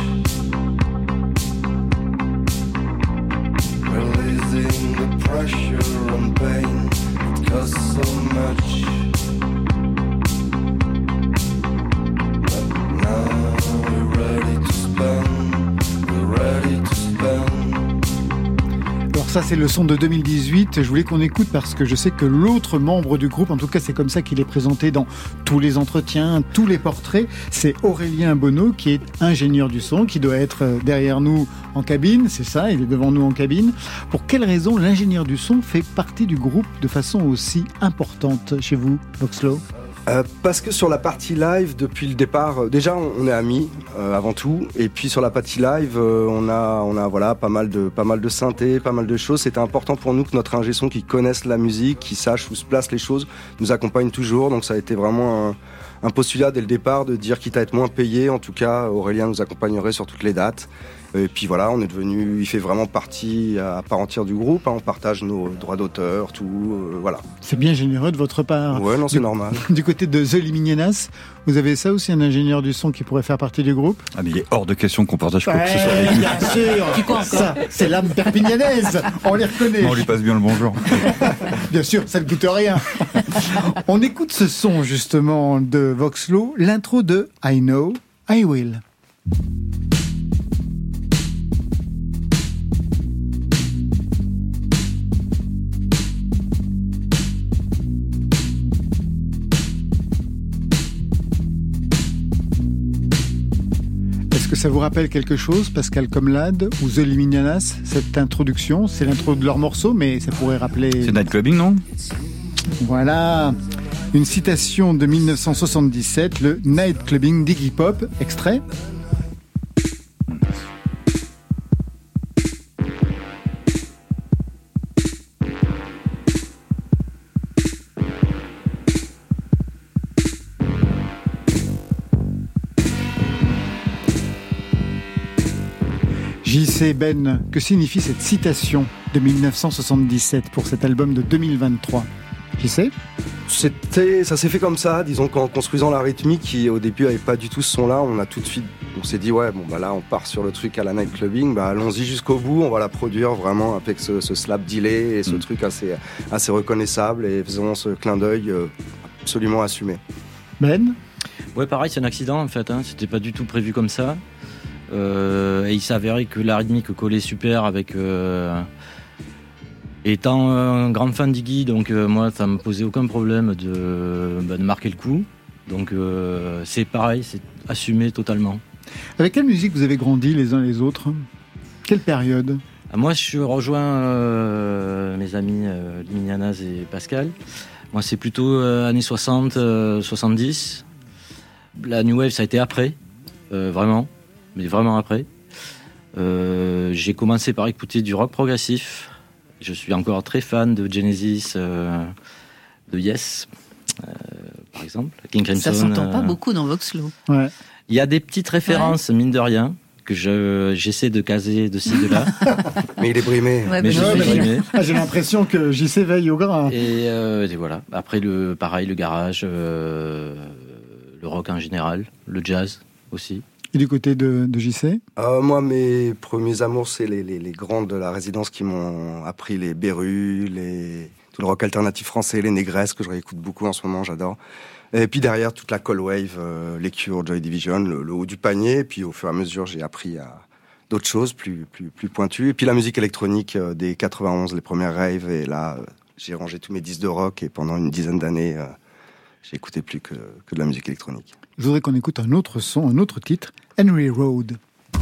Speaker 2: Releasing the pressure and pain, it costs so much. But now we're ready to spend, we're ready to spend.
Speaker 3: Alors ça, c'est le son de deux mille dix-huit. Je voulais qu'on écoute parce que je sais que l'autre membre du groupe, en tout cas c'est comme ça qu'il est présenté dans tous les entretiens, tous les portraits, c'est Aurélien Bonneau qui est ingénieur du son, qui doit être derrière nous en cabine, c'est ça, il est devant nous en cabine. Pour quelle raison l'ingénieur du son fait partie du groupe de façon aussi importante chez vous, Voxlo ?
Speaker 5: Euh, parce que sur la partie live, depuis le départ, euh, déjà on, on est amis euh, avant tout, et puis sur la partie live, euh, on a, on a voilà pas mal de, pas mal de synthé, pas mal de choses. C'était important pour nous que notre ingé son qui connaisse la musique, qui sache où se placent les choses, nous accompagne toujours. Donc ça a été vraiment un, un postulat dès le départ de dire quitte à être moins payé, en tout cas Aurélien nous accompagnerait sur toutes les dates. Et puis voilà, on est devenu, il fait vraiment partie à part entière du groupe, hein, on partage nos droits d'auteur, tout, euh, voilà.
Speaker 3: C'est bien généreux de votre part.
Speaker 5: Ouais, non, c'est
Speaker 3: du,
Speaker 5: normal.
Speaker 3: Du côté de The Liminianas, vous avez ça aussi, un ingénieur du son qui pourrait faire partie du groupe ?
Speaker 6: Ah mais il est hors de question qu'on partage quoi
Speaker 3: ouais,
Speaker 6: que ce soit.
Speaker 3: Bien sûr.
Speaker 1: Qui quoi,
Speaker 3: ça, c'est l'âme perpignanaise, on les reconnaît.
Speaker 6: Non, on lui passe bien le bonjour.
Speaker 3: Bien sûr, ça ne coûte rien. On écoute ce son justement de Voxlo, l'intro de I Know, I Will. Est-ce que ça vous rappelle quelque chose, Pascal Comlade ou The Liminianas, cette introduction ? C'est l'intro de leur morceau, mais ça pourrait rappeler...
Speaker 6: C'est Night Clubbing, non ?
Speaker 3: Voilà, une citation de dix-neuf cent soixante-dix-sept, le Night Clubbing d'Iggy Pop, extrait. J C Ben, que signifie cette citation de dix-neuf cent soixante-dix-sept pour cet album de deux mille vingt-trois ? J C ?
Speaker 5: C'était, ça s'est fait comme ça, disons qu'en construisant la rythmique, qui au début avait pas du tout ce son-là, on a tout de suite, on s'est dit ouais bon bah là on part sur le truc à la night clubbing, bah allons-y jusqu'au bout, on va la produire vraiment avec ce, ce slap delay et ce mmh. truc assez assez reconnaissable et faisons ce clin d'œil euh, absolument assumé.
Speaker 3: Ben ?
Speaker 8: Ouais pareil, c'est un accident en fait, hein. C'était pas du tout prévu comme ça. Euh, et il s'avérait que la rythmique collait super avec euh, étant un grand fan d'Iggy, donc euh, moi ça me posait aucun problème de, bah, de marquer le coup, donc euh, c'est pareil, c'est assumé totalement.
Speaker 3: Avec quelle musique vous avez grandi les uns les autres ? Quelle période ?
Speaker 8: Ah, moi je rejoins euh, mes amis euh, Liminianas et Pascal. Moi c'est plutôt euh, années soixante, euh, soixante-dix. La New Wave ça a été après, euh, vraiment. Mais vraiment après. Euh, j'ai commencé par écouter du rock progressif. Je suis encore très fan de Genesis, euh, de Yes, euh, par exemple. King Crimson.
Speaker 1: Ça s'entend pas
Speaker 8: euh...
Speaker 1: beaucoup dans Voxlo.
Speaker 3: Ouais.
Speaker 8: Il y a des petites références, ouais. mine de rien, que je, j'essaie de caser de ci, de là.
Speaker 5: Mais il est brimé.
Speaker 8: Ouais, mais je
Speaker 3: ouais,
Speaker 8: suis
Speaker 3: mais
Speaker 8: brimé.
Speaker 3: ah, j'ai l'impression que j'y s'éveille au grain.
Speaker 8: Et, euh, et voilà. Après, le, pareil, le garage, euh, le rock en général, le jazz aussi.
Speaker 3: Et du côté de, de J C
Speaker 5: euh, Moi, mes premiers amours, c'est les, les, les grandes de la résidence qui m'ont appris les Beru, les... tout le rock alternatif français, les Négresses, que je réécoute beaucoup en ce moment, j'adore. Et puis derrière, toute la Cold Wave, euh, les Cure, Joy Division, le, le haut du panier. Et puis au fur et à mesure, j'ai appris à d'autres choses plus, plus, plus pointues. Et puis la musique électronique euh, des quatre-vingt-onze, les premières raves. Et là, euh, j'ai rangé tous mes disques de rock. Et pendant une dizaine d'années, euh, j'ai écouté plus que, que de la musique électronique.
Speaker 3: Je voudrais qu'on écoute un autre son, un autre titre, Henry Road.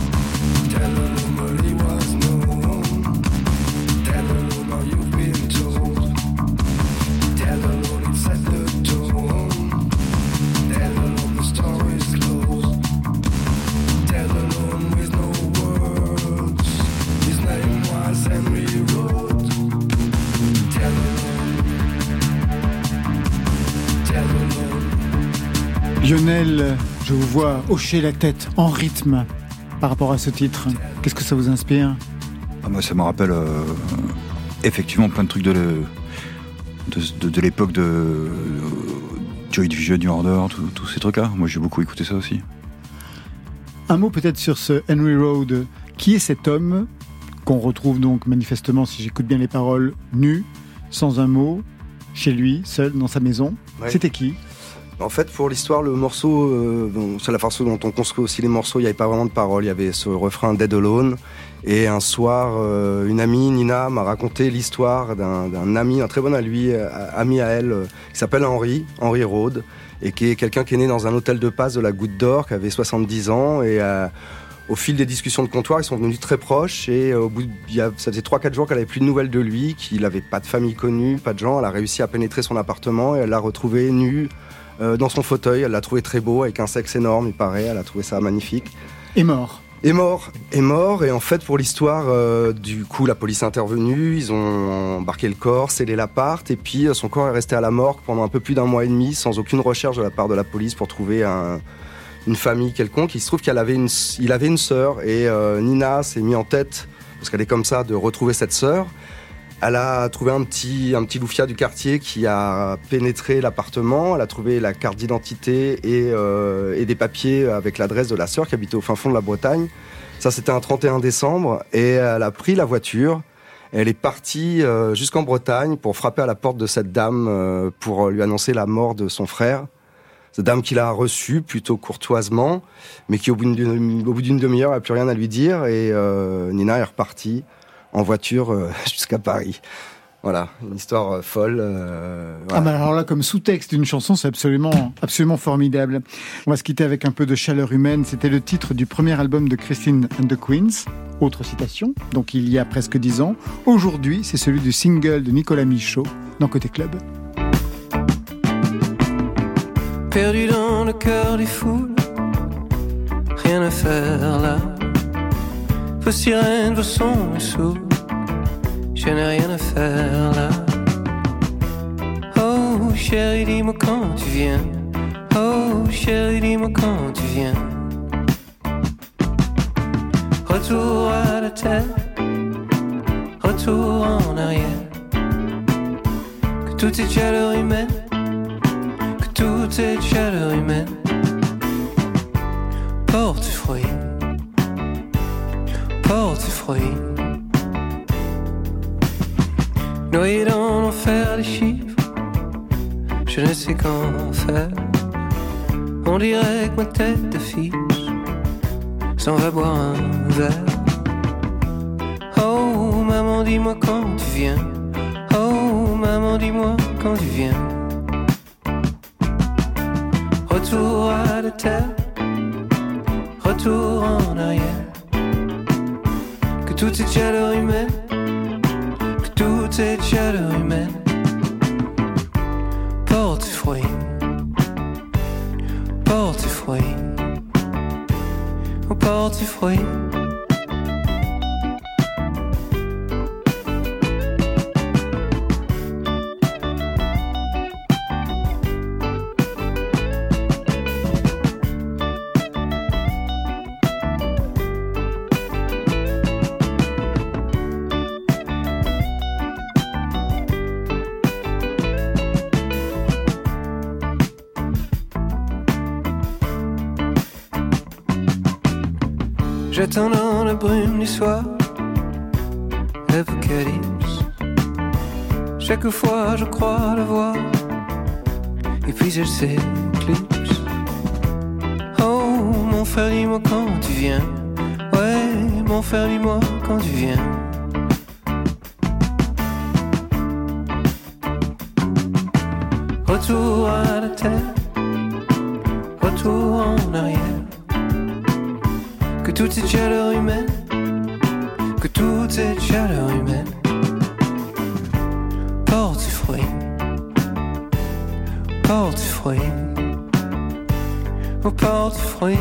Speaker 3: Lionel, je vous vois hocher la tête en rythme par rapport à ce titre. Qu'est-ce que ça vous inspire ?
Speaker 6: Ah bah, ça me rappelle euh, effectivement plein de trucs de, le, de, de, de l'époque de euh, Joy Division, New Order, tous ces trucs-là. Moi j'ai beaucoup écouté ça aussi.
Speaker 3: Un mot peut-être sur ce Henry Road. Qui est cet homme qu'on retrouve donc manifestement, si j'écoute bien les paroles, nu, sans un mot, chez lui, seul, dans sa maison ? Ouais. C'était qui ?
Speaker 5: En fait, pour l'histoire, le morceau, euh, bon, c'est la façon dont on construit aussi les morceaux, il n'y avait pas vraiment de paroles, il y avait ce refrain Dead Alone. Et un soir, euh, une amie, Nina, m'a raconté l'histoire d'un, d'un ami, un très bon à lui, euh, ami à elle, euh, qui s'appelle Henry, Henry Road, et qui est quelqu'un qui est né dans un hôtel de passe de la Goutte d'Or, qui avait soixante-dix ans, et euh, au fil des discussions de comptoir, ils sont devenus très proches, et euh, au bout de, il y a, ça faisait trois quatre jours qu'elle n'avait plus de nouvelles de lui, qu'il n'avait pas de famille connue, pas de gens. Elle a réussi à pénétrer son appartement, et elle l'a retrouvé nu, Euh, dans son fauteuil. Elle l'a trouvé très beau, avec un sexe énorme, il paraît. Elle a trouvé ça magnifique.
Speaker 3: Et mort.
Speaker 5: Et mort. Et mort. Et en fait, pour l'histoire, euh, du coup, la police est intervenue. Ils ont embarqué le corps, scellé l'appart. Et puis, son corps est resté à la morgue pendant un peu plus d'un mois et demi, sans aucune recherche de la part de la police pour trouver un, une famille quelconque. Il se trouve qu'il avait une, il avait une sœur. Et euh, Nina s'est mis en tête, parce qu'elle est comme ça, de retrouver cette sœur. Elle a trouvé un petit, un petit loufia du quartier qui a pénétré l'appartement. Elle a trouvé la carte d'identité et, euh, et des papiers avec l'adresse de la sœur qui habitait au fin fond de la Bretagne. Ça, c'était un trente et un décembre. Et elle a pris la voiture. Elle est partie euh, jusqu'en Bretagne pour frapper à la porte de cette dame euh, pour lui annoncer la mort de son frère. Cette dame qui l'a reçue plutôt courtoisement, mais qui, au bout d'une, au bout d'une demi-heure, n'a plus rien à lui dire. Et euh, Nina est repartie en voiture euh, jusqu'à Paris. Voilà, une histoire euh, folle. Euh, voilà.
Speaker 3: Ah bah alors là, comme sous-texte d'une chanson, c'est absolument, absolument formidable. On va se quitter avec un peu de chaleur humaine. C'était le titre du premier album de Christine and the Queens. Autre citation, donc il y a presque dix ans. Aujourd'hui, c'est celui du single de Nicolas Michaud dans Côté Club.
Speaker 16: Perdu dans le cœur des foules, rien à faire là. Vos sirènes, vos sons me saoulent, je n'ai rien à faire là. Oh chérie, dis-moi quand tu viens. Oh chérie, dis-moi quand tu viens. Retour à la terre, retour en arrière. Que tout est chaleur humaine, que tout est chaleur humaine. Porte-fruits, porte-fruits. Noyé dans l'enfer des chiffres, je ne sais qu'en faire. On dirait que ma tête d'affiche s'en va boire un verre. Oh maman, dis-moi quand tu viens. Oh maman, dis-moi quand tu viens. Retour à la terre, retour en arrière. Que tout est chaleur humaine, que tout est chaleur humaine. Porte-fruits, porte-fruits, oh porte-fruits. J'attends dans la brume du soir l'Apocalypse. Chaque fois je crois la voir, et puis elle s'éclipse. Oh mon frère, dis-moi quand tu viens. Ouais, mon frère, dis-moi quand tu viens. Retour à la terre, retour en arrière. Que toute cette chaleur humaine, que toute cette chaleur humaine porte ses fruits, porte ses fruits, oh porte ses fruits.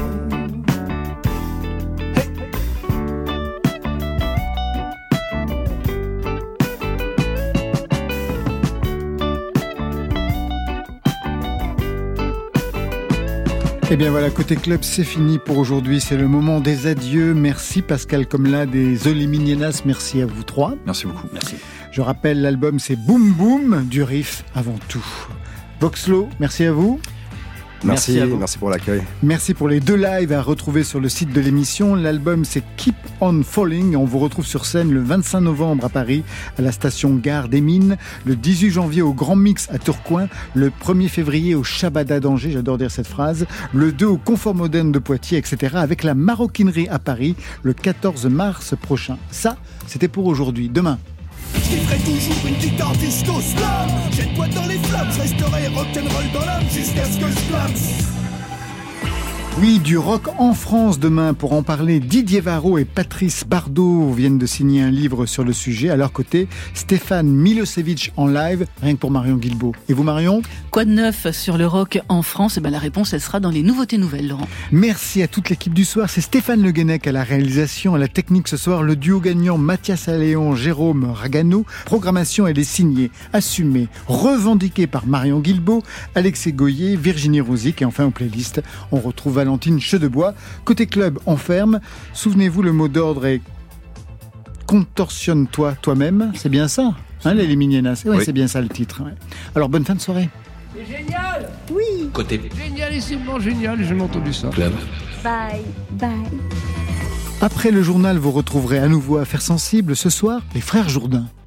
Speaker 3: Eh bien voilà, côté club, c'est fini pour aujourd'hui. C'est le moment des adieux. Merci Pascal Comla des Oliminianas. Merci à vous trois.
Speaker 6: Merci beaucoup.
Speaker 7: Merci.
Speaker 3: Je rappelle, l'album c'est Boom Boom, du riff avant tout. Voxlo, merci à vous.
Speaker 5: Merci,
Speaker 8: Merci à vous.
Speaker 5: merci pour l'accueil.
Speaker 3: Merci pour les deux lives à retrouver sur le site de l'émission. L'album c'est Keep on Falling. On vous retrouve sur scène le vingt-cinq novembre à Paris, à la station Gare des Mines, le dix-huit janvier au Grand Mix à Tourcoing, le premier février au Shabada d'Angers, j'adore dire cette phrase, le deux au Confort Moderne de Poitiers, et cetera, avec la Maroquinerie à Paris le quatorze mars prochain. Ça, c'était pour aujourd'hui. Demain,
Speaker 9: Je ferai toujours une guitare disco slam. Jette-toi dans les flammes, je resterai rock'n'roll dans l'âme jusqu'à ce que je clame.
Speaker 3: oui, du rock en France demain. Pour en parler, Didier Varro et Patrice Bardot viennent de signer un livre sur le sujet. À leur côté, Stéphane Milosevic en live, rien que pour Marion Guilbault. Et vous, Marion ?
Speaker 1: Quoi de neuf sur le rock en France ? Eh ben, la réponse, elle sera dans les nouveautés nouvelles, Laurent.
Speaker 3: Merci à toute l'équipe du soir. C'est Stéphane Le Guenec à la réalisation, à la technique ce soir. Le duo gagnant Mathias Alléon, Jérôme Ragano. Programmation, elle est signée, assumée, revendiquée par Marion Guilbault, Alexis Goyer, Virginie Rouzic. Et enfin, aux playlists, on retrouve Valentine Chedebois. Côté club, on ferme. Souvenez-vous, le mot d'ordre est contorsionne-toi toi-même. C'est bien ça, hein, les Liminianas. Ouais,
Speaker 6: oui.
Speaker 3: C'est bien ça le titre. Ouais. Alors, bonne fin de soirée.
Speaker 17: C'est génial!
Speaker 18: Oui!
Speaker 12: Côté
Speaker 17: Génialissimement génial, j'ai jamais entendu ça.
Speaker 12: club.
Speaker 18: Bye, bye.
Speaker 3: Après le journal, vous retrouverez à nouveau Affaires sensibles. Ce soir, les frères Jourdain.